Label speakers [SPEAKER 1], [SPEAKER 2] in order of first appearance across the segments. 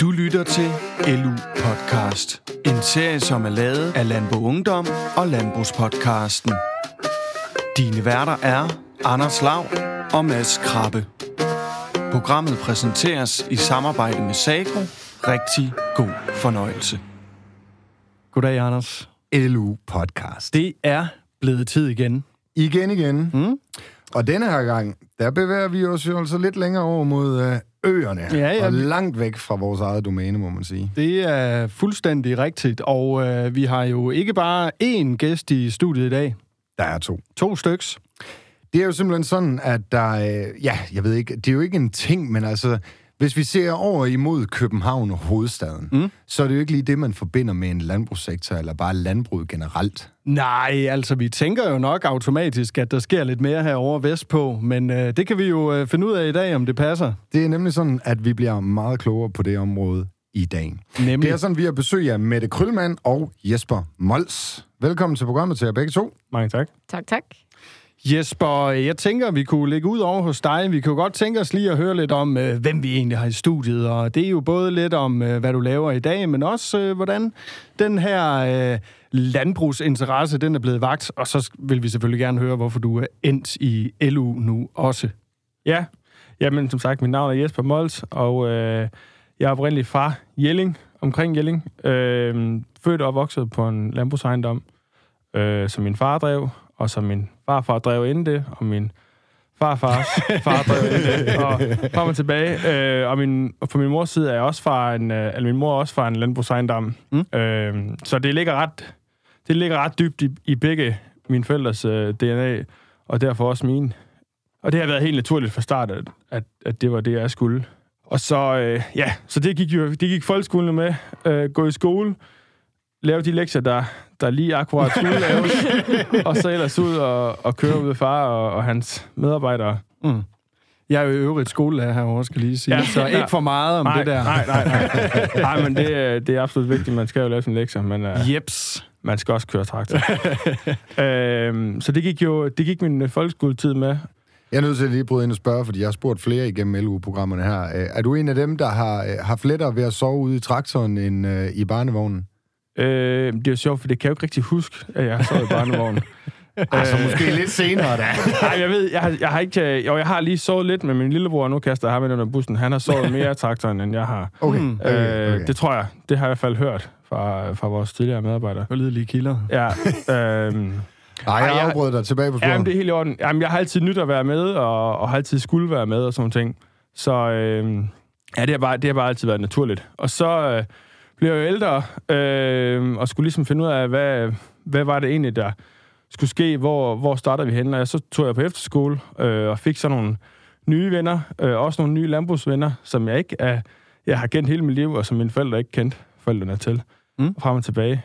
[SPEAKER 1] Du lytter til LU Podcast. En serie, som er lavet af Landbrug Ungdom og Landbrugspodcasten. Dine værter er Anders Lav og Mads Krabbe. Programmet præsenteres i samarbejde med Sagro. Rigtig god fornøjelse.
[SPEAKER 2] Goddag, Anders.
[SPEAKER 3] LU Podcast.
[SPEAKER 2] Det er blevet tid igen.
[SPEAKER 3] Igen. Og denne her gang, der bevæger vi os jo altså lidt længere over mod øerne.
[SPEAKER 2] Ja.
[SPEAKER 3] Og langt væk fra vores eget domæne, må man sige.
[SPEAKER 2] Det er fuldstændig rigtigt. Og vi har jo ikke bare én gæst i studiet i dag.
[SPEAKER 3] Der er 2.
[SPEAKER 2] 2 styks.
[SPEAKER 3] Det er jo simpelthen sådan, at der... jeg ved ikke, det er jo ikke en ting, men altså... Hvis vi ser over imod København og hovedstaden, så er det jo ikke lige det, man forbinder med en landbrugssektor, eller bare landbruget generelt.
[SPEAKER 2] Nej, altså vi tænker jo nok automatisk, at der sker lidt mere herovre vestpå, men det kan vi jo finde ud af i dag, om det passer.
[SPEAKER 3] Det er nemlig sådan, at vi bliver meget klogere på det område i dag.
[SPEAKER 2] Nemlig.
[SPEAKER 3] Det er sådan, vi har besøg af Mette Krølmand og Jesper Mols. Velkommen til programmet til jer begge to.
[SPEAKER 4] Mange tak.
[SPEAKER 5] Tak.
[SPEAKER 2] Jesper, jeg tænker, vi kunne lægge ud over hos dig. Vi kunne godt tænke os lige at høre lidt om, hvem vi egentlig har i studiet. Og det er jo både lidt om, hvad du laver i dag, men også, hvordan den her landbrugsinteresse, den er blevet vakt. Og så vil vi selvfølgelig gerne høre, hvorfor du er endt i LU nu også.
[SPEAKER 4] Ja, jamen som sagt, mit navn er Jesper Mols, og jeg er oprindelig fra Jelling, omkring Jelling. Født og vokset på en landbrugsejendom, som min far drev, og som min farfar drev inden det, og min farfars far drev inden det, og frem og tilbage. Og på min mors side er jeg også fra min mor er også fra en landbrugsejendom. Så det ligger ret dybt i begge mine forældres DNA, og derfor også min. Og det har været helt naturligt fra start, at det var det, jeg skulle. Og så, så det gik folkeskolen med. Gå i skole, lave de lektier, der lige akkurat skulle laves, og så ellers ud og køre ud af far og hans medarbejdere.
[SPEAKER 2] Jeg er jo i øvrigt skolelærer herovre, skal lige sige, så ikke for meget om det der.
[SPEAKER 4] Nej. Nej, men det er absolut vigtigt. Man skal jo lave sine lektier, men man skal også køre traktor. Så det gik min folkeskoletid med.
[SPEAKER 3] Jeg er nødt til at lige bryde ind og spørge, fordi jeg har spurgt flere igennem LU-programmerne her. Er du en af dem, der har haft lettere ved at sove ude i traktoren end i barnevognen?
[SPEAKER 4] Det er jo sjovt, for det kan jeg jo ikke rigtig huske, at jeg har sovet i barnevognen.
[SPEAKER 3] Altså måske lidt senere, da.
[SPEAKER 4] Nej, jeg ved, jeg har ikke... Jo, jeg har lige sovet lidt med min lillebror, nu kaster jeg ham ind under bussen. Han har sovet mere i traktoren, end jeg har.
[SPEAKER 3] Okay.
[SPEAKER 4] Det tror jeg. Det har jeg i hvert fald hørt fra vores tidligere medarbejdere.
[SPEAKER 2] Pålidelige kilder.
[SPEAKER 4] Ja.
[SPEAKER 3] Jeg afbrød dig tilbage på sporet.
[SPEAKER 4] Jamen, det er helt i orden. Jamen, jeg har altid nyt at være med, og har altid skulle være med, og sådan ting. Så det har bare altid været naturligt. Og så blev jeg jo ældre, og skulle ligesom finde ud af, hvad var det egentlig, der skulle ske, hvor starter vi henne. Og så tog jeg på efterskole, og fik så nogle nye venner, også nogle nye landbrugsvenner, som jeg har kendt hele mit liv, og som mine forældre ikke kendte forældrene til. Frem og tilbage.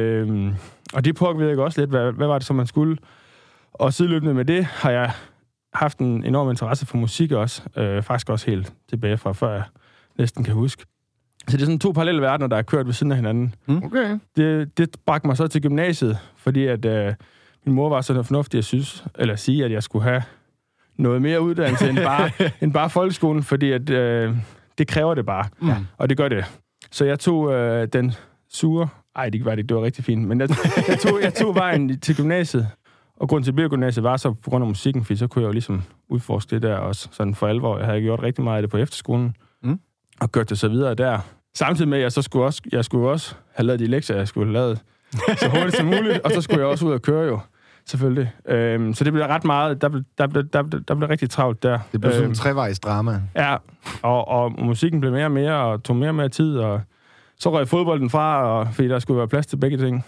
[SPEAKER 4] Og det påvirkede jeg også lidt, hvad var det, som man skulle. Og sideløbende med det har jeg haft en enorm interesse for musik også. Faktisk også helt tilbage fra før jeg næsten kan huske. Så det er sådan 2 parallelle verdener, der er kørt ved siden af hinanden.
[SPEAKER 3] Okay.
[SPEAKER 4] Det bragte mig så til gymnasiet, fordi at min mor var så fornuftig at sige, at jeg skulle have noget mere uddannelse end bare folkeskolen, fordi at det kræver det bare. Og det gør det. Så jeg tog den sure... det var rigtig fint, men jeg tog vejen til gymnasiet, og grunden til at blive gymnasiet var så på grund af musikken, fordi så kunne jeg jo ligesom udforske det der også sådan for alvor. Jeg havde gjort rigtig meget af det på efterskolen, og gjort det så videre der. Samtidig med, at jeg skulle også have lavet de lektier, jeg skulle have lavet så hurtigt som muligt, og så skulle jeg også ud og køre jo, selvfølgelig. Så det blev ret meget, der blev rigtig travlt der.
[SPEAKER 3] Det blev sådan en trevejs drama.
[SPEAKER 4] Ja, og musikken blev mere og mere, og tog mere og mere tid, og så røg fodbolden fra, fordi der skulle være plads til begge ting.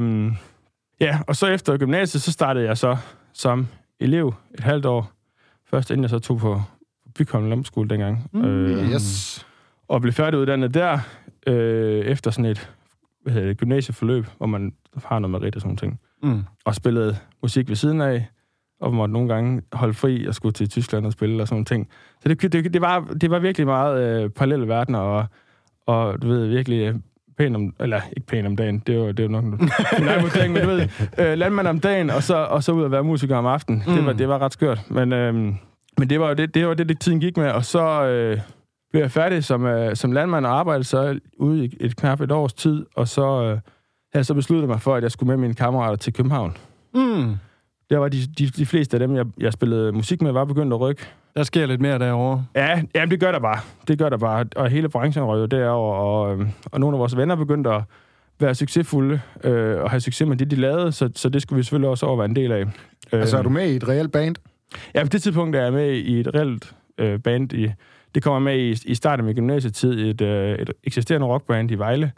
[SPEAKER 4] Og så efter gymnasiet, så startede jeg så som elev et halvt år. Først inden jeg så tog på Bygholm Landbrugsskole dengang.
[SPEAKER 3] Yes.
[SPEAKER 4] Og blev færdiguddannet der, efter sådan et gymnasieforløb, hvor man har noget merit og sådan ting. Og spillede musik ved siden af, og måtte nogle gange holde fri og skulle til Tyskland og spille og sådan ting. Så det var virkelig meget parallelle verdener, og du ved, virkelig ikke pæn om dagen, det er jo nok en vurdering, men du ved, landmand om dagen, og så ud at være musiker om aftenen. Det var ret skørt, men det var det tiden gik med, og så blev jeg færdig som landmand og arbejdede så ude i knap et års tid, og så havde jeg så besluttet mig for, at jeg skulle med mine kammerater til København. Der var de fleste af dem, jeg spillede musik med, var begyndt at rykke.
[SPEAKER 2] Der sker lidt mere derovre.
[SPEAKER 4] Ja, jamen, det gør der bare. Det gør der bare. Og hele branchen røg jo derovre, og nogle af vores venner begyndte at være succesfulde og have succes med det, de lavede, så det skulle vi selvfølgelig også over være en del af.
[SPEAKER 3] Altså, er du med i et reelt band?
[SPEAKER 4] Ja, på det tidspunkt er jeg med i et reelt band. Det kommer med i starten af min gymnasietid, et eksisterende rockband i Vejle.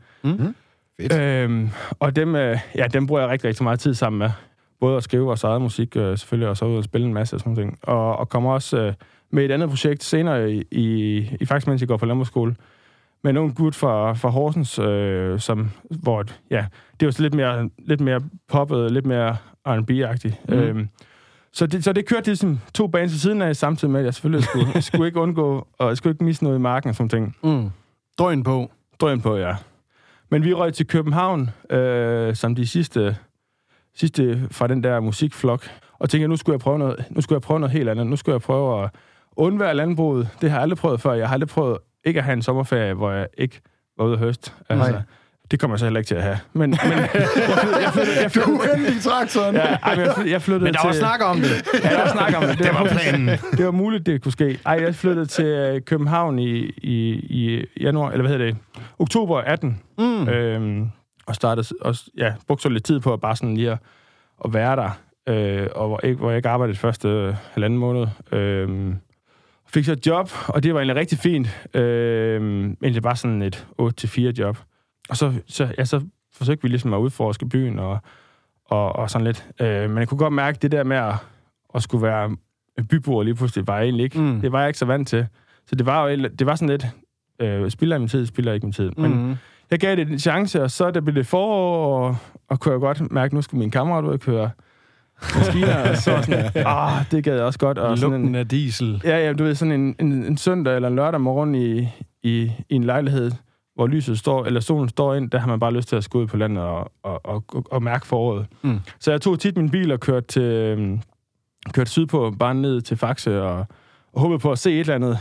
[SPEAKER 4] Og dem bruger jeg rigtig, rigtig meget tid sammen med. Både at skrive vores eget musik, selvfølgelig, og så ud og spille en masse af sådan ting. Og kommer også med et andet projekt senere, faktisk mens jeg går på landbrugsskole, med en ung gut fra Horsens, hvor det var så lidt mere poppet, lidt mere R&B-agtigt. Så det kørte ligesom 2 bands ved siden af, samtidig med, at jeg selvfølgelig skulle ikke undgå, og jeg skulle ikke misse noget i marken og sådan ting. Drøn på, ja. Men vi røg til København, som de sidste fra den der musikflok, og tænkte, nu skulle jeg prøve noget helt andet. Nu skulle jeg prøve at undvære landbruget. Det har jeg aldrig prøvet før. Jeg har aldrig prøvet ikke at have en sommerferie, hvor jeg ikke var ude at høste. Altså, det kommer jeg så heller ikke til at have. Men jeg flyttede...
[SPEAKER 3] Du er i traktoren.
[SPEAKER 4] Jeg flyttede.
[SPEAKER 2] Men der var snak om det.
[SPEAKER 4] Ja, der var snak om det.
[SPEAKER 2] Det var planen.
[SPEAKER 4] Det var muligt, det kunne ske. Jeg flyttede til København i januar, eller hvad hedder det? Oktober 18. Og startede også, brugte så lidt tid på at bare sådan lige at være der. Og hvor jeg ikke arbejdede første halvanden måned. Fik så et job, og det var egentlig rigtig fint. Egentlig bare sådan et 8-4 job. Og så forsøgte vi ligesom at udforske byen og sådan lidt. Men jeg kunne godt mærke, det der med at skulle være byboer lige pludselig, var jeg egentlig ikke. Det var jeg ikke så vant til. Så det var sådan lidt, spilder jeg min tid, spilder jeg ikke min tid. Men jeg gav det en chance, og så blev det forår, og kunne jeg godt mærke, nu skulle min kammerat ud og køre maskiner, og så sådan, det gad jeg også godt. Og
[SPEAKER 2] lugten af diesel.
[SPEAKER 4] Ja, du ved, sådan en søndag eller en lørdag morgen i en lejlighed, hvor lyset står, eller solen står ind, der har man bare lyst til at skulle ud på landet og mærke foråret. Så jeg tog tit min bil og kørte sydpå, bare ned til Faxe, og håbede på at se et eller andet.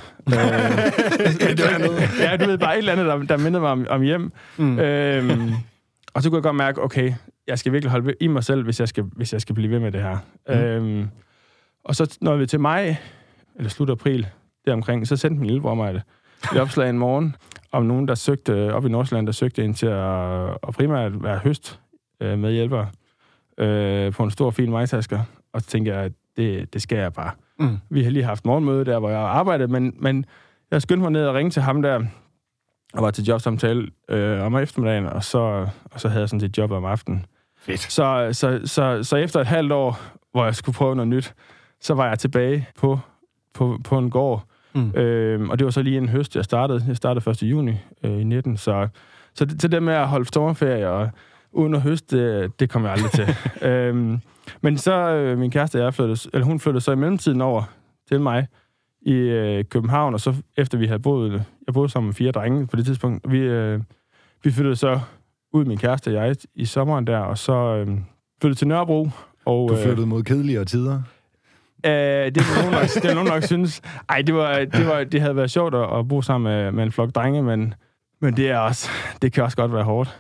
[SPEAKER 4] Ja, du ved, bare et eller andet, der mindede mig om hjem. Og så kunne jeg godt mærke, okay, jeg skal virkelig holde i mig selv, hvis jeg skal blive ved med det her. Og så når vi til maj, eller slut april, deromkring, så sendte min lillebror mig et opslag en morgen, om nogen, der søgte op i Nordsjælland, der søgte ind til at primært være høst medhjælper på en stor, fin majtasker. Og så tænkte jeg, at det skal jeg bare. Vi har lige haft morgenmøde der, hvor jeg arbejdede, men jeg skyndte mig ned og ringe til ham der, og var til jobsamtale om eftermiddagen, og så havde jeg sådan set job om aftenen.
[SPEAKER 2] Fedt.
[SPEAKER 4] Så efter et halvt år, hvor jeg skulle prøve noget nyt, så var jeg tilbage på en gård. Og det var så lige en høst, jeg startede. Jeg startede 1. juni i 19. Så det med at holde sommerferie og uden at høste, det kom jeg aldrig til. Men så min kæreste og jeg hun flyttede så i mellemtiden over til mig i København, og så efter vi havde jeg boede sammen med 4 drenge på det tidspunkt, vi flyttede så ud, min kæreste og jeg, i sommeren der, og så flyttede til Nørrebro. Og,
[SPEAKER 3] du flyttede mod kedeligere tider?
[SPEAKER 4] Det vil nogen nok synes. Ej, det havde været sjovt at bo sammen med en flok drenge, men det kan også godt være hårdt.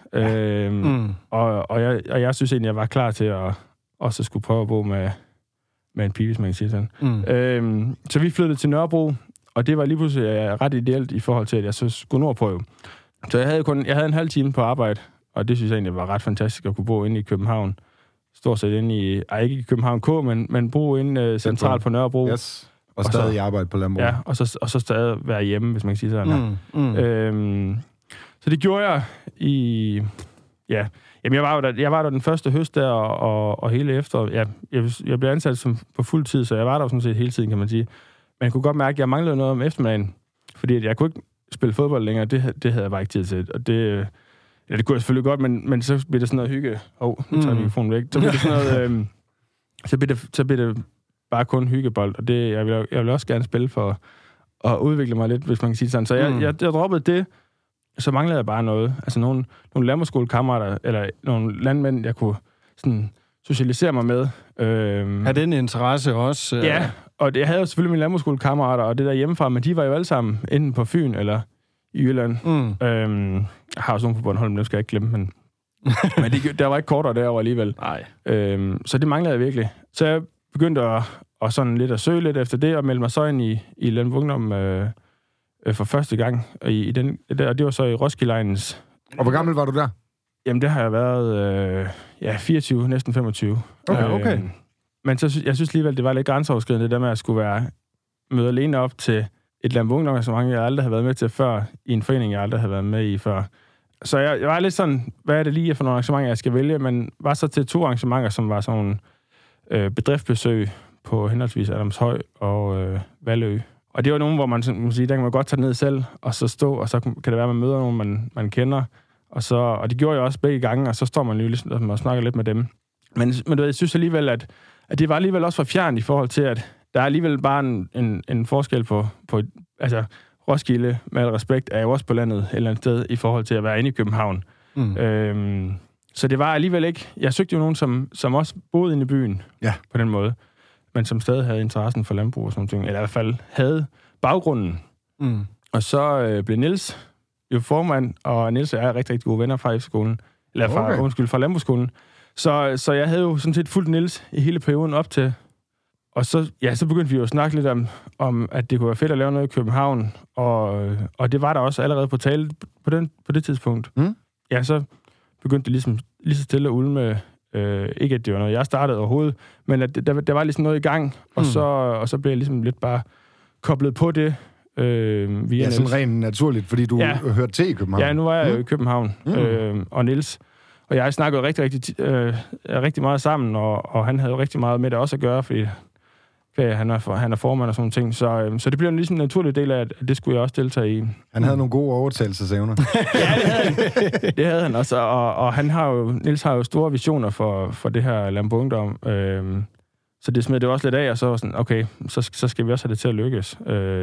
[SPEAKER 4] Og jeg synes egentlig, jeg var klar til at også skulle prøve at bo med en pige, hvis man kan sige sådan. Så vi flyttede til Nørrebro, og det var lige pludselig ret ideelt i forhold til, at jeg så skulle nordprøve. Så jeg havde en halv time på arbejde, og det synes jeg egentlig var ret fantastisk at kunne bo inde i København. Stort set inde ikke i København K, men bo inde centralt på Nørrebro.
[SPEAKER 3] Yes. Og stadig arbejde på landbrug.
[SPEAKER 4] Ja, og så stadig være hjemme, hvis man kan sige sådan. Så det gjorde jeg i... Ja, jamen jeg var der den første høst der, og hele efter... Ja, jeg blev ansat på fuld tid, så jeg var der sådan set hele tiden, kan man sige. Men jeg kunne godt mærke, at jeg manglede noget om eftermiddagen, fordi jeg kunne ikke spille fodbold længere. Det havde jeg bare ikke tid til, og det... Ja, det kunne jeg selvfølgelig godt, men så bliver det sådan noget hygge. Nu tager mikrofonen væk. Så bliver det sådan noget... så bliver det bare kun hyggebold, og det, jeg vil også gerne spille for at udvikle mig lidt, hvis man kan sige sådan. Så jeg droppede det, så manglede jeg bare noget. Altså nogle landbrugsskolekammerater, eller nogle landmænd, jeg kunne sådan socialisere mig med.
[SPEAKER 2] Har den interesse også?
[SPEAKER 4] Ja, Og jeg havde jo selvfølgelig mine landbrugsskolekammerater, og det der hjemmefra, men de var jo alle sammen enten på Fyn eller i Jylland. Jeg har også nogle på Bornholm, dem skal jeg ikke glemme, men der var ikke kortere derovre alligevel.
[SPEAKER 2] Nej.
[SPEAKER 4] Så det manglede jeg virkelig. Så jeg begyndte at sådan lidt at søge lidt efter det, og melde mig så ind i Landbrug Ungdom for første gang. Og det var så i Roskilde-egnens.
[SPEAKER 3] Og hvor gammel var du der?
[SPEAKER 4] Jamen, det har jeg været 24, næsten 25.
[SPEAKER 3] Okay.
[SPEAKER 4] Men så jeg synes alligevel, det var lidt grænseoverskridende, det der med at skulle møde alene op til et Landbrug Ungdom, jeg aldrig havde været med til før, i en forening, jeg aldrig havde været med i før. Så jeg var lidt sådan, hvad er det lige for nogle arrangementer, jeg skal vælge, men var så til 2 arrangementer, som var sådan bedriftsbesøg på henholdsvis Adamshøj og Vallø. Og det var nogle, hvor man sige, der kan man godt tage ned selv, og så stå, og så kan det være, at man møder nogen, man kender. Og det gjorde jeg også begge gange, og så står man jo ligesom og snakker lidt med dem. Men du ved, jeg synes alligevel, at det var alligevel også for fjern i forhold til, at der er alligevel bare en forskel på altså Roskilde, med al respekt, er jo også på landet et eller andet sted, i forhold til at være inde i København. Så det var alligevel ikke... Jeg søgte jo nogen, som også boede inde i byen, på den måde, men som stadig havde interessen for landbrug og sådan noget, eller i hvert fald havde baggrunden. Og så blev Niels jo formand, og Niels og jeg er rigtig, rigtig gode venner fra F-skolen, eller fra landbrugsskolen. Så jeg havde jo sådan set fulgt Niels i hele perioden op til. Og så begyndte vi jo at snakke lidt om, at det kunne være fedt at lave noget i København, og det var der også allerede på tale på det tidspunkt. Ja, så begyndte det ligesom lige så stille at ulme. Ikke at det var noget, jeg startede overhovedet, men at der var ligesom noget i gang, og så blev jeg ligesom lidt bare koblet på det via Niels.
[SPEAKER 3] Sådan rent naturligt, fordi du hørte til i København. Ja,
[SPEAKER 4] nu var jeg jo i København, og Niels. Og jeg snakkede rigtig meget sammen, og han havde jo rigtig meget med det også at gøre, fordi han er formand og sådan ting. Så det blev ligesom en naturlig del af, at det skulle jeg også deltage i. Han
[SPEAKER 3] havde nogle gode overtagelsesevner.
[SPEAKER 4] Ja, det havde han også. Og Niels har jo store visioner for det her Landbrug Ungdom. Så det smed det også lidt af, og så var sådan, okay, så skal vi også have det til at lykkes.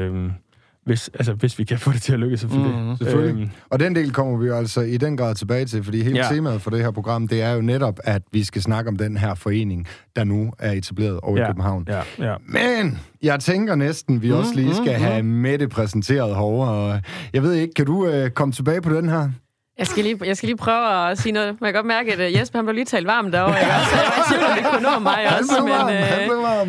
[SPEAKER 4] Hvis vi kan få det til at lykkes, selvfølgelig.
[SPEAKER 3] Selvfølgelig. Og den del kommer vi jo altså i den grad tilbage til, fordi hele temaet for det her program, det er jo netop, at vi skal snakke om den her forening, der nu er etableret over i København.
[SPEAKER 4] Ja.
[SPEAKER 3] Men jeg tænker næsten, vi også lige skal have Mette præsenteret herovre. Og jeg ved ikke, kan du komme tilbage på den her?
[SPEAKER 5] Jeg skal lige prøve at sige noget. Man kan godt mærke, at Jesper han blev lige talt varmt derovre. Jeg var i tvivl, om det kunne nå mig også.
[SPEAKER 3] Han blev varm.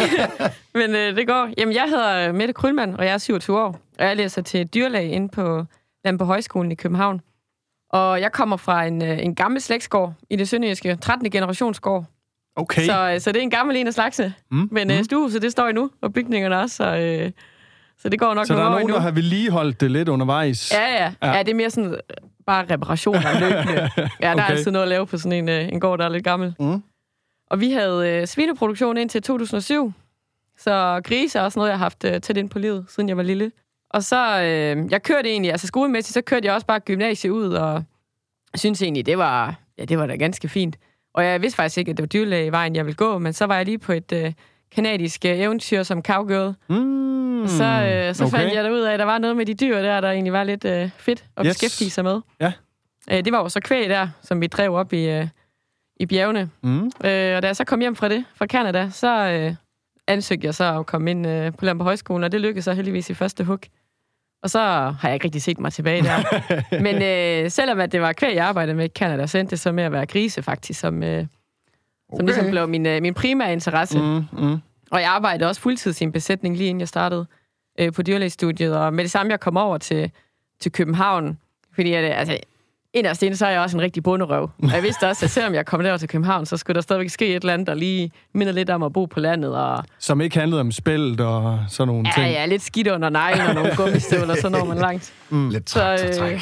[SPEAKER 5] Men det går. Jamen, jeg hedder Mette Krylmand, og jeg er 27 år. Og jeg læser til dyrlæge inde på Landbohøjskolen i København. Og jeg kommer fra en gammel slægtsgård i det sønderjyske, 13. generationsgård.
[SPEAKER 2] Okay.
[SPEAKER 5] Så det er en gammel en af slagse. Men stuehuset, det står endnu, og bygningerne også. Så det går nok.
[SPEAKER 2] Så der er nogen, der har vedligeholdt det lidt undervejs?
[SPEAKER 5] Ja, det er mere sådan bare reparationer løbende. Ja, der er altid noget at lave på sådan en gård, der er lidt gammel. Og vi havde svineproduktion indtil 2007. Så grise er også noget, jeg har haft tæt ind på livet, siden jeg var lille. Og så, jeg kørte egentlig, altså skolemæssigt, så kørte jeg også bare gymnasiet ud, og jeg synes egentlig, det var da ganske fint. Og jeg vidste faktisk ikke, at det var dyrlægevejen, jeg ville gå, men så var jeg lige på et kanadisk eventyr som cowgirl. Så fandt jeg ud af, at der var noget med de dyr der egentlig var lidt fedt at beskæftige sig med.
[SPEAKER 2] Ja.
[SPEAKER 5] Det var jo så kvæg der, som vi drev op i bjergene. Og da jeg så kom hjem fra Canada, så ansøgte jeg så at komme ind på Landbohøjskolen, og det lykkedes så heldigvis i første hug. Og så har jeg ikke rigtig set mig tilbage der. Men selvom at det var kvæg, jeg arbejdede med i Canada, så endte det så med at være grise faktisk, som ligesom blev min primære interesse. Og jeg arbejdede også fuldtids i en besætning, lige inden jeg startede på dyrlægestudiet. Og med det samme, jeg kom over til København, fordi inderst inde, så er jeg også en rigtig bonderøv. Og jeg vidste også, at selvom jeg kom derover til København, så skulle der stadigvæk ske et eller andet, der lige minder lidt om at bo på landet. Og
[SPEAKER 2] som ikke handlede om spælt og sådan nogle ting?
[SPEAKER 5] Ja, lidt skidt under neglen og nogle gummistøvler, så når man langt.
[SPEAKER 3] Lidt traktortræk.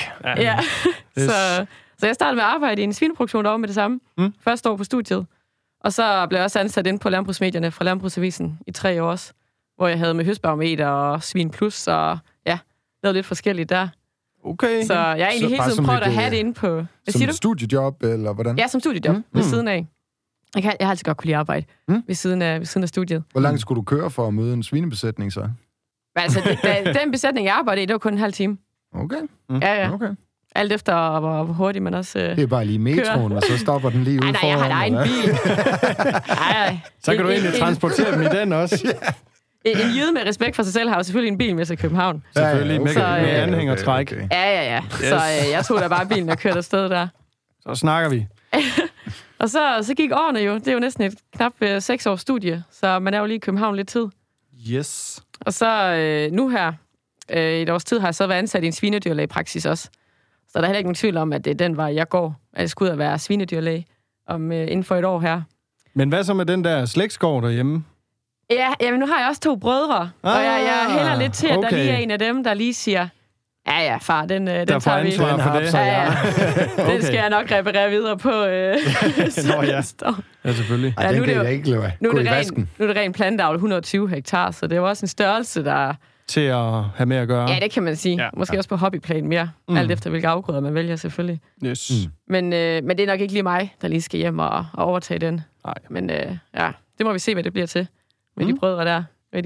[SPEAKER 5] Så jeg startede med at arbejde i en svineproduktion derovre med det samme. Første år på studiet. Og så blev jeg også ansat ind på landbrugsmedierne fra Landbrugsavisen i 3 år også, hvor jeg havde med høstbarometer og Svin Plus, og lavede lidt forskelligt der.
[SPEAKER 2] Okay.
[SPEAKER 5] Så jeg har egentlig hele tiden prøvet at have det inde på...
[SPEAKER 3] Som et studiejob, eller hvordan?
[SPEAKER 5] Ja, som studiejob, ved siden af. Jeg har altid godt kunne lide arbejde ved siden af studiet.
[SPEAKER 3] Hvor langt skulle du køre for at møde en svinebesætning, så?
[SPEAKER 5] Altså, den besætning, jeg arbejdede i, det var kun en halv time.
[SPEAKER 3] Okay.
[SPEAKER 5] Ja.
[SPEAKER 3] Okay.
[SPEAKER 5] Alt efter, hvor hurtigt man også
[SPEAKER 3] det er bare lige metroen, og så stopper den lige ude foran.
[SPEAKER 5] Nej, jeg har egen bil.
[SPEAKER 2] Så kan du egentlig transportere dem i den også.
[SPEAKER 5] En jyde med respekt for sig selv har jo selvfølgelig en bil med sig i København.
[SPEAKER 2] Selvfølgelig,
[SPEAKER 5] okay.
[SPEAKER 2] med anhængertræk.
[SPEAKER 3] Okay.
[SPEAKER 5] Ja. Så jeg tog da bare bilen og kørte afsted der.
[SPEAKER 2] Så snakker vi.
[SPEAKER 5] Og så gik årene jo. Det er jo næsten et knap 6 års studie, så man er jo lige i København lidt tid.
[SPEAKER 2] Yes.
[SPEAKER 5] Og så nu her, i et års tid, har jeg så været ansat i en svinedyrlægepraksis også. Så der er heller ikke nogen tvivl om, at det er den vej, jeg går. At jeg skal ud og være svinedyrlæge inden for et år her.
[SPEAKER 2] Men hvad så med den der slægtsgård derhjemme?
[SPEAKER 5] Ja, men nu har jeg også 2 brødre, og jeg hælder lidt til, at der lige er en af dem, der lige siger, ja, far, den tager vi.
[SPEAKER 2] Den har for det.
[SPEAKER 5] Ja. Okay. Den skal jeg nok reparere videre på.
[SPEAKER 2] Nå ja. Ja, selvfølgelig.
[SPEAKER 3] Ej, den kan jeg ikke lade gå i vasken.
[SPEAKER 5] Nu er det rent plantavl, 120 hektar, så det er jo også en størrelse, der...
[SPEAKER 2] Til at have med at gøre.
[SPEAKER 5] Ja, det kan man sige. Ja. Måske også på hobbyplan mere. Alt efter, hvilke afgrøder man vælger, selvfølgelig.
[SPEAKER 2] Yes.
[SPEAKER 5] Men det er nok ikke lige mig, der lige skal hjem og overtage den.
[SPEAKER 2] Nej.
[SPEAKER 5] Men det må vi se, hvad det bliver til. Med de brødre der. Hvad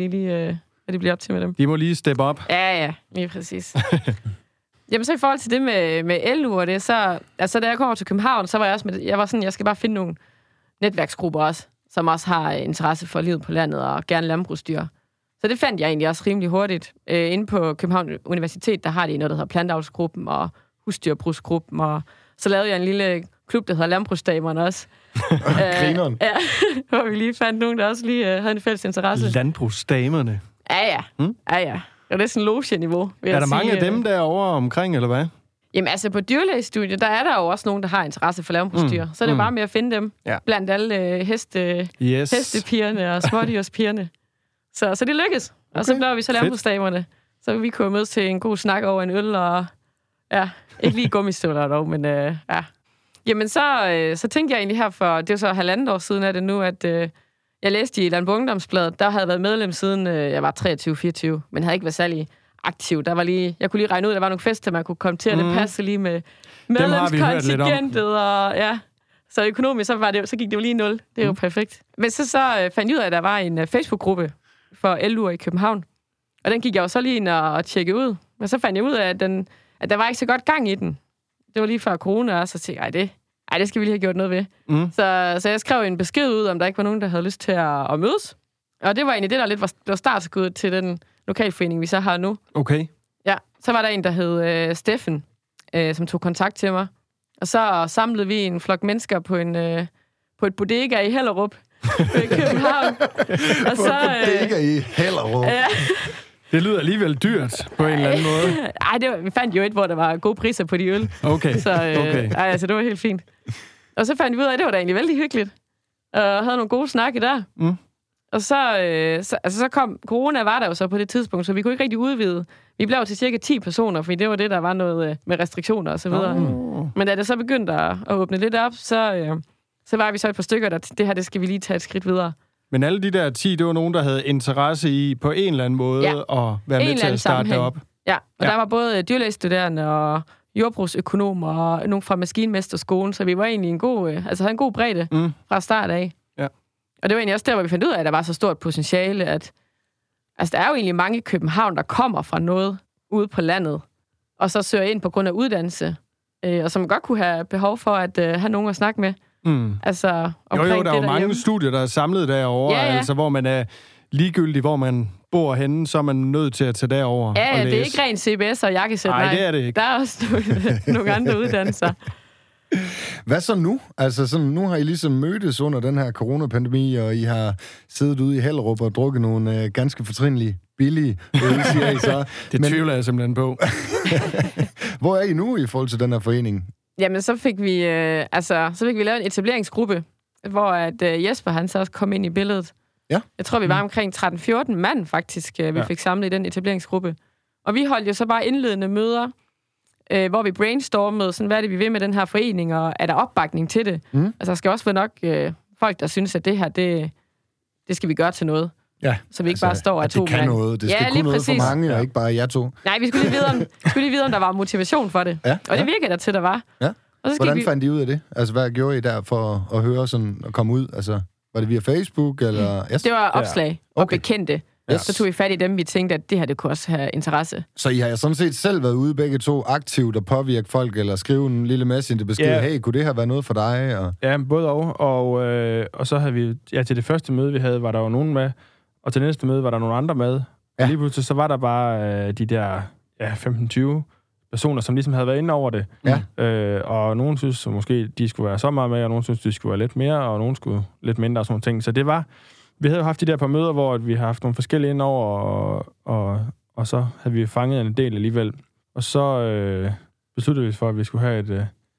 [SPEAKER 5] de bliver op til med dem.
[SPEAKER 2] De må lige steppe op.
[SPEAKER 5] Ja, lige præcis. Jamen, så i forhold til det med LU og det, så... Altså, da jeg kom over til København, så var jeg også jeg var sådan, jeg skal bare finde nogle netværksgrupper også, som også har interesse for livet på landet og gerne landbrugsdyr. Så det fandt jeg egentlig også rimelig hurtigt. Inde på København Universitet, der har de noget, der hedder plantavlsgruppen og husdyrbrugsgruppen, og så lavede jeg en lille klub, der hedder Landbrugsdamerne også.
[SPEAKER 3] Grineren.
[SPEAKER 5] Ja, hvor vi lige fandt nogen, der også lige havde en fælles interesse.
[SPEAKER 2] Landbrugsdamerne.
[SPEAKER 5] Ja. Det er sådan loge-niveau.
[SPEAKER 2] Er der mange af dem derovre omkring, eller hvad?
[SPEAKER 5] Jamen altså, på dyrlægestudiet, der er der jo også nogen, der har interesse for landbrugsdyr. Så er det jo bare med at finde dem blandt alle hestepigerne og smådyrspigerne. Så det lykkedes. Okay. Og så blev vi så landbrugsdamerne. Så vi kunne mødes til en god snak over en øl, og ikke lige gummistøvler dog, men ja. Jamen så tænkte jeg egentlig her for, det er så 1,5 år siden af det nu, at jeg læste i Landbo Ungdomsbladet, der havde jeg været medlem siden jeg var 23-24, men havde ikke været særlig aktiv. Jeg kunne lige regne ud, at der var nogle fester, man kunne komme til, og det passede lige med medlemskontingentet, og ja. Så økonomisk, så gik det jo lige 0. Det er jo perfekt. Men så fandt jeg ud af, at der var en Facebook-gruppe for LU'er i København. Og den gik jeg jo så lige ind og tjekke ud. Men så fandt jeg ud af, at der var ikke så godt gang i den. Det var lige før corona, og så tænkte jeg, det skal vi lige have gjort noget ved. Så jeg skrev en besked ud, om der ikke var nogen, der havde lyst til at mødes. Og det var egentlig det, der lidt var startskuddet til den lokalforening, vi så har nu.
[SPEAKER 2] Okay.
[SPEAKER 5] Ja, så var der en, der hed Steffen, som tog kontakt til mig. Og så samlede vi en flok mennesker på et bodega i Hellerup i København. Og så
[SPEAKER 3] bodega i Hellerup.
[SPEAKER 2] Det lyder alligevel dyrt på en eller anden måde.
[SPEAKER 5] Ej, vi fandt jo et, hvor der var gode priser på de øl.
[SPEAKER 2] Okay.
[SPEAKER 5] Så altså, det var helt fint. Og så fandt vi ud af, at det var da egentlig vældig hyggeligt. Og havde nogle gode snakke der. Og så kom corona, var der jo så på det tidspunkt, så vi kunne ikke rigtig udvide. Vi blev jo til cirka 10 personer, fordi det var det, der var noget med restriktioner og så videre. Men da det så begyndte at åbne lidt op, så var vi så et par stykker, der det her, det skal vi lige tage et skridt videre.
[SPEAKER 2] Men alle de der 10, det var nogen, der havde interesse i på en eller anden måde at være med til at starte det op.
[SPEAKER 5] Ja, og der var både dyrlægestuderende og jordbrugsøkonomer og nogen fra Maskinmesterskolen, så vi var egentlig havde en god bredde fra start af.
[SPEAKER 2] Ja.
[SPEAKER 5] Og det var egentlig også der, hvor vi fandt ud af, at der var så stort potentiale, at der er jo egentlig mange i København, der kommer fra noget ude på landet, og så søger ind på grund af uddannelse, og som godt kunne have behov for at have nogen at snakke med. Altså,
[SPEAKER 2] der er jo mange studier, der er samlet derovre, altså hvor man er ligegyldig, hvor man bor henne, så er man nødt til at tage derover og læse.
[SPEAKER 5] Det er ikke rent CBS og jakkesæt,
[SPEAKER 2] nej. Det er det ikke.
[SPEAKER 5] Der er også nogle andre uddannelser.
[SPEAKER 3] Hvad så nu? Altså, sådan, nu har I ligesom mødtes under den her coronapandemi, og I har siddet ude i Hellerup og drukket nogle ganske fortrindelige, billige øl, siger I så.
[SPEAKER 2] Det tvivler jeg simpelthen på.
[SPEAKER 3] Hvor er I nu i forhold til den her forening?
[SPEAKER 5] Jamen, så fik vi lavet en etableringsgruppe, hvor at Jesper, han så også kom ind i billedet.
[SPEAKER 3] Ja.
[SPEAKER 5] Jeg tror, vi var omkring 13-14 mand, faktisk, vi fik samlet i den etableringsgruppe. Og vi holdt jo så bare indledende møder, hvor vi brainstormede, sådan, hvad er det, vi vil med den her forening, og er der opbakning til det? Altså, der skal også være nok folk, der synes, at det her, det skal vi gøre til noget.
[SPEAKER 3] Ja,
[SPEAKER 5] så vi ikke bare står af to
[SPEAKER 3] mand. Det kan noget. Det skal kunne noget for mange, og ikke bare jer to.
[SPEAKER 5] Nej, vi skulle lige vide, om der var motivation for det. Ja, og det virkede der til, der var.
[SPEAKER 3] Ja. Og så hvordan fandt I ud af det? Altså, hvad gjorde I der for at høre sådan, og komme ud? Altså, var det via Facebook, eller? Yes.
[SPEAKER 5] Det var opslag og bekendte. Yes. Så tog vi fat i dem, vi tænkte, at det her, det kunne også have interesse.
[SPEAKER 3] Så I har sådan set selv været ude begge to aktivt og påvirke folk, eller skrive en lille messengerbesked, hey, kunne det her være noget for dig? Og...
[SPEAKER 4] Ja, både og så havde vi, til det første møde, vi havde, var der jo nogen med, Og til næste møde var der nogle andre med. Ja. Og lige pludselig så var der bare de der 15-20 personer, som ligesom havde været inde over det. Ja. Og nogen synes måske, de skulle være så meget med, og nogen synes, de skulle være lidt mere, og nogen skulle lidt mindre og sådan nogle ting. Så det var... Vi havde jo haft de der par møder, hvor vi har haft nogle forskellige ind over, og så havde vi fanget en del alligevel. Og så besluttede vi for, at vi skulle have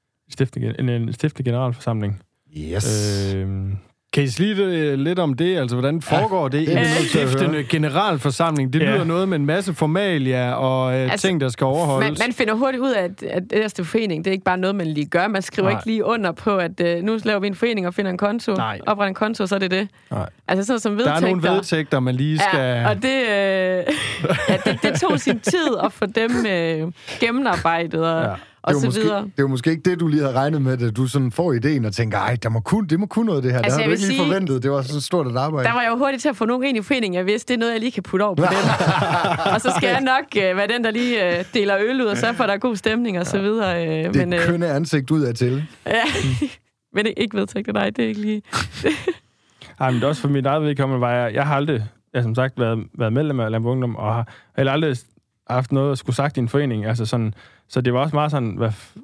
[SPEAKER 4] en stiftende generalforsamling.
[SPEAKER 3] Yes.
[SPEAKER 2] Kan I sige lidt om det? Altså, hvordan foregår det i en stiftende generalforsamling? Det lyder noget med en masse formalia og ting, der skal overholdes.
[SPEAKER 5] Man finder hurtigt ud af, at det er forening. Det er ikke bare noget, man lige gør. Man skriver ikke lige under på, at nu laver vi en forening og finder en konto. Opretter en konto, så er det det. Nej. Altså sådan som vedtægter.
[SPEAKER 2] Der er nogle vedtægter, man lige skal...
[SPEAKER 5] Ja, og det tog sin tid at få dem gennemarbejdet og så videre.
[SPEAKER 3] Det er jo måske ikke det, du lige havde regnet med, at du sådan får idéen og tænker, det må kunne noget det her. Altså, det havde du ikke lige forventet. Det var så stort et arbejde.
[SPEAKER 5] Der var jeg jo hurtigt til at få nogen ind i foreningen. Jeg vidste, det er noget, jeg lige kan putte over på dem. Og så skal jeg nok være den, der lige deler øl ud og sørger for, at der er god stemning og så videre.
[SPEAKER 3] Det er kønne ansigt ud af til.
[SPEAKER 5] Ja, men det er ikke vedtægter. Nej, det er ikke lige...
[SPEAKER 4] Nej, men det er også for mit eget vedkommende, var jeg har aldrig, som sagt, været medlem af Landbrug Ungdom, og har heller aldrig haft noget at skulle sagt i en forening. Altså sådan, så det var også meget sådan,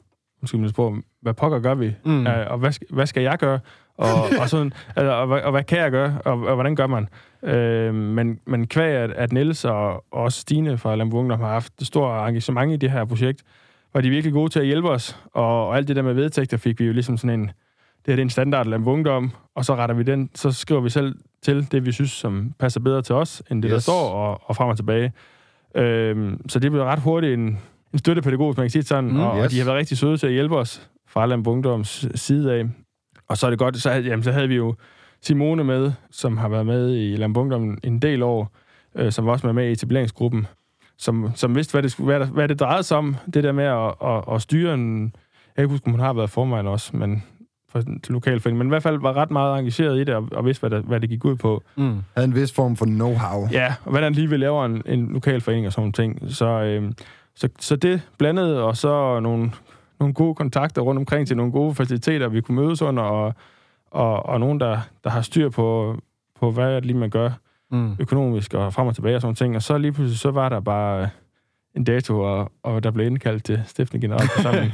[SPEAKER 4] hvad pokker gør vi? Og hvad skal jeg gøre? Og sådan, altså, og hvad kan jeg gøre? Og hvordan gør man? Men kvæg at Niels og også Stine fra Landbrug Ungdom har haft et stort engagement i det her projekt, var de virkelig gode til at hjælpe os. Og alt det der med vedtægter fik vi jo ligesom sådan en... Det er en standard Landbrug Ungdom, og så retter vi den, så skriver vi selv til det, vi synes, som passer bedre til os, end det, der står, og frem og tilbage. Så det blev ret hurtigt en støttepædagog, hvis man kan sige sådan, og de har været rigtig søde til at hjælpe os fra Landbrug Ungdoms side af. Og så er det godt, så havde vi jo Simone med, som har været med i Landbrug Ungdom en del år, som også var med i etableringsgruppen, som vidste, hvad det drejede sig om, det der med at styre en... Jeg kan ikke huske, om hun har været formand også, men... til lokalforening, men i hvert fald var ret meget engageret i det, og vidste, hvad det gik ud på.
[SPEAKER 3] Havde en vis form for know-how.
[SPEAKER 4] Ja, og hvordan lige vi laver en lokalforening og sådan ting. Så det blandede, og så nogle gode kontakter rundt omkring til nogle gode faciliteter, vi kunne mødes under, og nogen, der har styr på hvad lige man gør økonomisk og frem og tilbage og sådan ting. Og så lige pludselig, så var der bare en dato, og der blev indkaldt til stiftende generalforsamling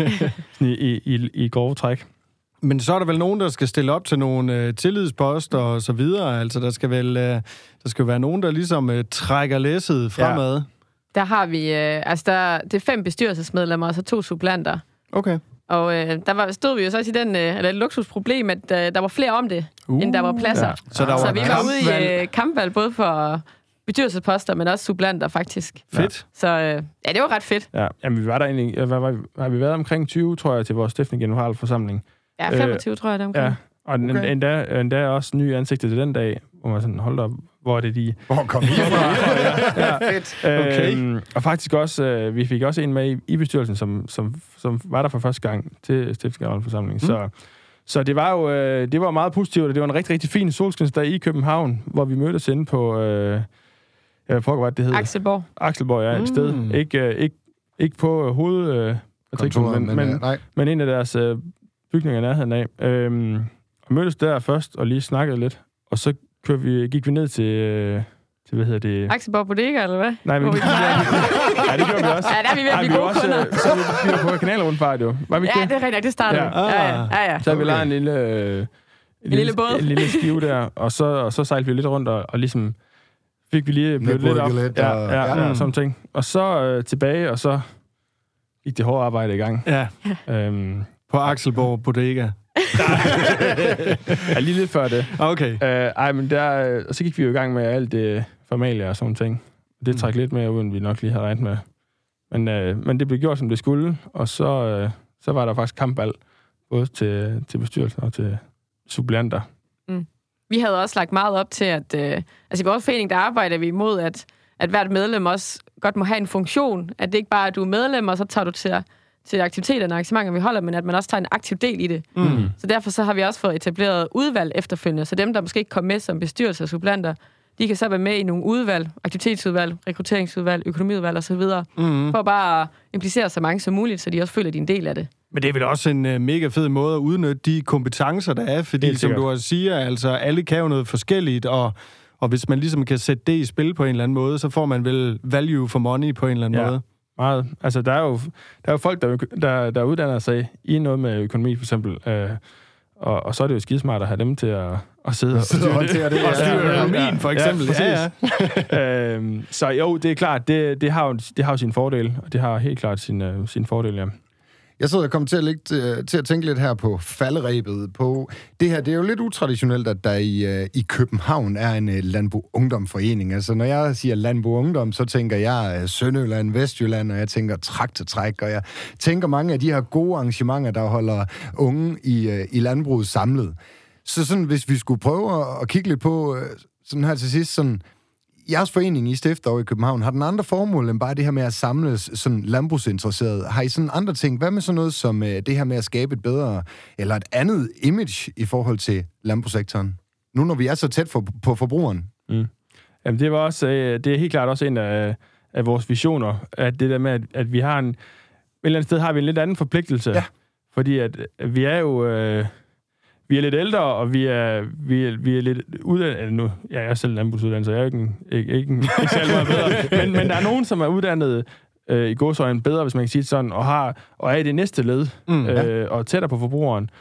[SPEAKER 4] i grove træk.
[SPEAKER 2] Men så er der vel nogen, der skal stille op til nogle tillidsposter og så videre. Altså, der skal være nogen, der ligesom trækker læsset fremad. Ja.
[SPEAKER 5] Der har vi... det er 5 bestyrelsesmedlemmer og så 2 supplanter.
[SPEAKER 2] Okay.
[SPEAKER 5] Og stod vi jo så også i et luksusproblem, at der var flere om det, end der var pladser. Ja.
[SPEAKER 2] Så
[SPEAKER 5] vi var ude i kampvalg, både for bestyrelsesposter, men også supplanter, faktisk.
[SPEAKER 2] Fedt.
[SPEAKER 5] Så det var ret fedt.
[SPEAKER 4] Ja, jamen, vi var der egentlig... Har vi været omkring 20, tror jeg, til vores stiftende generalforsamling?
[SPEAKER 5] Ja, 25, tror jeg, der omkring.
[SPEAKER 4] Ja, og endda også nye ansigter til den dag, hvor man sådan, hold op, hvor er det de...
[SPEAKER 3] Hvor kom I fra?
[SPEAKER 4] Ja. Fedt. Okay. Og faktisk også, vi fik også en med i bestyrelsen, som var der for første gang til stiftende generalforsamling. Så det var jo det var meget positivt, og det var en rigtig, rigtig fin solskinsdag i København, hvor vi mødtes inde på... jeg prøver, hvad det hedder.
[SPEAKER 5] Axelborg.
[SPEAKER 4] Axelborg, ja, et sted. Ikke på hovedkontoret, men en af deres... bygninger i nærheden af. Og mødtes der først, og lige snakkede lidt. Og så gik vi ned til hvad hedder det?
[SPEAKER 5] Axelborg Bodega, eller hvad?
[SPEAKER 4] Nej, men ja, det gjorde vi også.
[SPEAKER 5] Ja, der er vi virkelig gode kunder.
[SPEAKER 4] Så vi var på kanalrundfart, jo. Var vi
[SPEAKER 5] ja, det er rigtigt, det startede. Ja.
[SPEAKER 4] Så vi lejet en lille båd. En lille skive der, og så sejlede vi lidt rundt, og ligesom fik vi lige blevet lidt op. Ja, sådan ting. Og så tilbage, og så gik det hårde arbejde i gang.
[SPEAKER 2] Ja. På Axelborg Bodega.
[SPEAKER 4] Ja, lige lidt før det.
[SPEAKER 2] Okay.
[SPEAKER 4] Men og så gik vi jo i gang med alt det formalia og sådan ting. Det træk lidt mere ud, end vi nok lige havde regnet med. Men det blev gjort, som det skulle, og så var der faktisk kampvalg, både til bestyrelsen og til suppleanter.
[SPEAKER 5] Vi havde også lagt meget op til, at i vores forening, der arbejder vi imod, at hvert medlem også godt må have en funktion. At det ikke bare er, at du er medlem, og så tager du til aktiviteterne og arrangementer, vi holder, men at man også tager en aktiv del i det. Så derfor så har vi også fået etableret udvalg efterfølgende, så dem, der måske ikke kom med som bestyrelse og supplanter, de kan så være med i nogle udvalg, aktivitetsudvalg, rekrutteringsudvalg, økonomiudvalg osv., for bare at implicere så mange som muligt, så de også føler, at de er en del af det.
[SPEAKER 2] Men det er vel også en mega fed måde at udnytte de kompetencer, der er, fordi som du også siger, altså alle kan jo noget forskelligt, Og hvis man ligesom kan sætte det i spil på en eller anden måde, så får man vel value for money på en eller anden måde.
[SPEAKER 4] Meget. Altså, der er jo folk, der uddanner sig i noget med økonomi, for eksempel. Og så er det jo skidesmart at have dem til at sidde og håndtere det.
[SPEAKER 2] Og styre økonomien, for eksempel.
[SPEAKER 4] Ja. Så jo, det er klart, det har jo sin fordel, og det har helt klart sin fordel, ja.
[SPEAKER 3] Jeg sidder og kommer til at tænke lidt her på falderebet. På det her, det er jo lidt utraditionelt, at der i København er en Landbo Ungdom-forening. Altså, når jeg siger Landbo Ungdom, så tænker jeg Sønderjylland, Vestjylland, og jeg tænker traktortræk, og jeg tænker mange af de her gode arrangementer, der holder unge i landbruget samlet. Så sådan, hvis vi skulle prøve at kigge lidt på, sådan her til sidst, sådan, jeres forening, I stifter over i København, har den andre formål end bare det her med at samles sådan landbrugsinteresserede? Har I sådan andre ting? Hvad med sådan noget som det her med at skabe et bedre, eller et andet image i forhold til landbrugssektoren? Nu når vi er så tæt på forbrugeren.
[SPEAKER 4] Mm. Jamen det er helt klart også en af vores visioner, at det der med, at vi har et eller andet sted har vi en lidt anden forpligtelse. Ja. Fordi at vi er jo... Vi er lidt ældre, og vi er lidt uddannet... Nu, jeg er selv landbrugsuddannet, så jeg er ikke særlig meget bedre. Men der er nogen, som er uddannet i gåseøjne bedre, hvis man kan sige det sådan, og er i det næste led, og tættere på forbrugeren.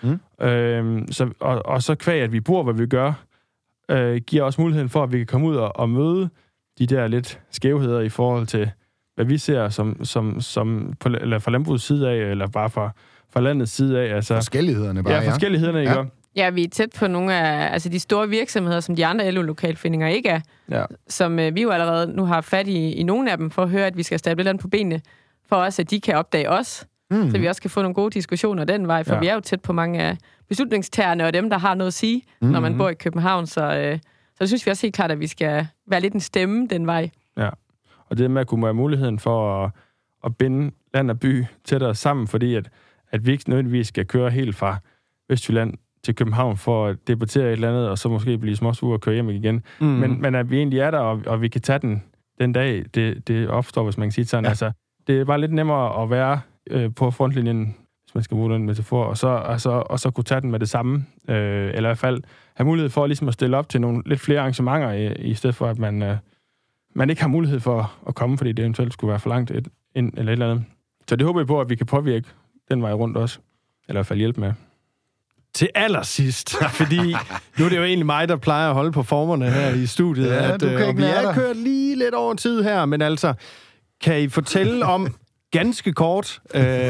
[SPEAKER 4] Og så kvæg, at vi bor, hvad vi gør, giver os muligheden for, at vi kan komme ud og møde de der lidt skævheder i forhold til, hvad vi ser som eller fra landbrugets side af, eller bare fra landets side af. Altså,
[SPEAKER 3] forskellighederne bare,
[SPEAKER 4] ja. Forskellighederne, ikke?
[SPEAKER 5] Ja, vi er tæt på nogle af de store virksomheder, som de andre LO-lokalforeninger ikke er. Ja. Som vi jo allerede nu har fat i nogle af dem, for at høre, at vi skal stable lidt på benene, for også, at de kan opdage os, så vi også kan få nogle gode diskussioner den vej, for vi er jo tæt på mange af beslutningstagerne og dem, der har noget at sige, når man bor i København. Så det synes vi også helt klart, at vi skal være lidt en stemme den vej. Ja,
[SPEAKER 4] og det med at kunne have muligheden for at binde land og by tættere sammen, fordi at vi ikke nødvendigvis skal køre helt fra Vestjylland til København for at debattere et eller andet, og så måske blive småsure og køre hjem igen. Men at vi egentlig er der, og vi kan tage den dag, det opstår, hvis man kan sige sådan. Ja. Altså, det er bare lidt nemmere at være på frontlinjen, hvis man skal bruge den metafor, og så kunne tage den med det samme. Eller i hvert fald have mulighed for ligesom at stille op til nogle lidt flere arrangementer, i stedet for, at man ikke har mulighed for at komme, fordi det eventuelt skulle være for langt ind eller et eller andet. Så det håber jeg på, at vi kan påvirke den vej rundt også. Eller i hvert fald hjælpe med.
[SPEAKER 2] Til allersidst, fordi nu er det jo egentlig mig, der plejer at holde på formerne her i studiet,
[SPEAKER 3] ja,
[SPEAKER 2] og vi er kørt lige lidt over tid her, men altså, kan I fortælle om ganske kort,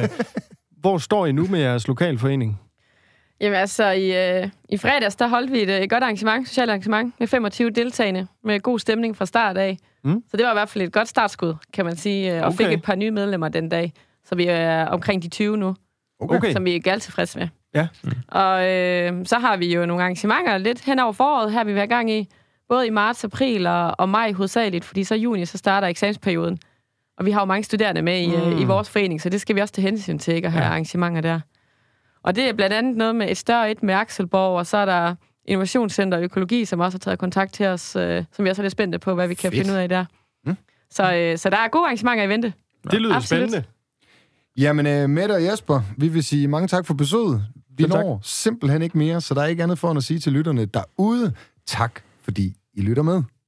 [SPEAKER 2] hvor står I nu med jeres lokalforening?
[SPEAKER 5] Jamen altså, i fredags, der holdt vi et godt arrangement, socialt arrangement, med 25 deltagende, med god stemning fra start af. Så det var i hvert fald et godt startskud, kan man sige, og fik et par nye medlemmer den dag. Så vi er omkring de 20 nu, som vi er galt tilfredse med.
[SPEAKER 2] Ja.
[SPEAKER 5] Og så har vi jo nogle arrangementer lidt hen over foråret, her vi vil have gang i, både i marts, april og maj hovedsageligt, fordi så i juni, så starter eksamensperioden. Og vi har jo mange studerende med i vores forening, så det skal vi også tage hensyn til, ikke at have arrangementer der. Og det er blandt andet noget med et større med Akselborg, og så er der Innovationscenter og Økologi, som også har taget kontakt til os, som vi også er lidt spændte på, hvad vi kan finde ud af der. Så der er gode arrangementer i vente.
[SPEAKER 2] Det lyder spændende.
[SPEAKER 3] Jamen, Mette og Jesper, vi vil sige mange tak for besøget. Vi når simpelthen ikke mere, så der er ikke andet for at sige til lytterne derude. Tak, fordi I lytter med.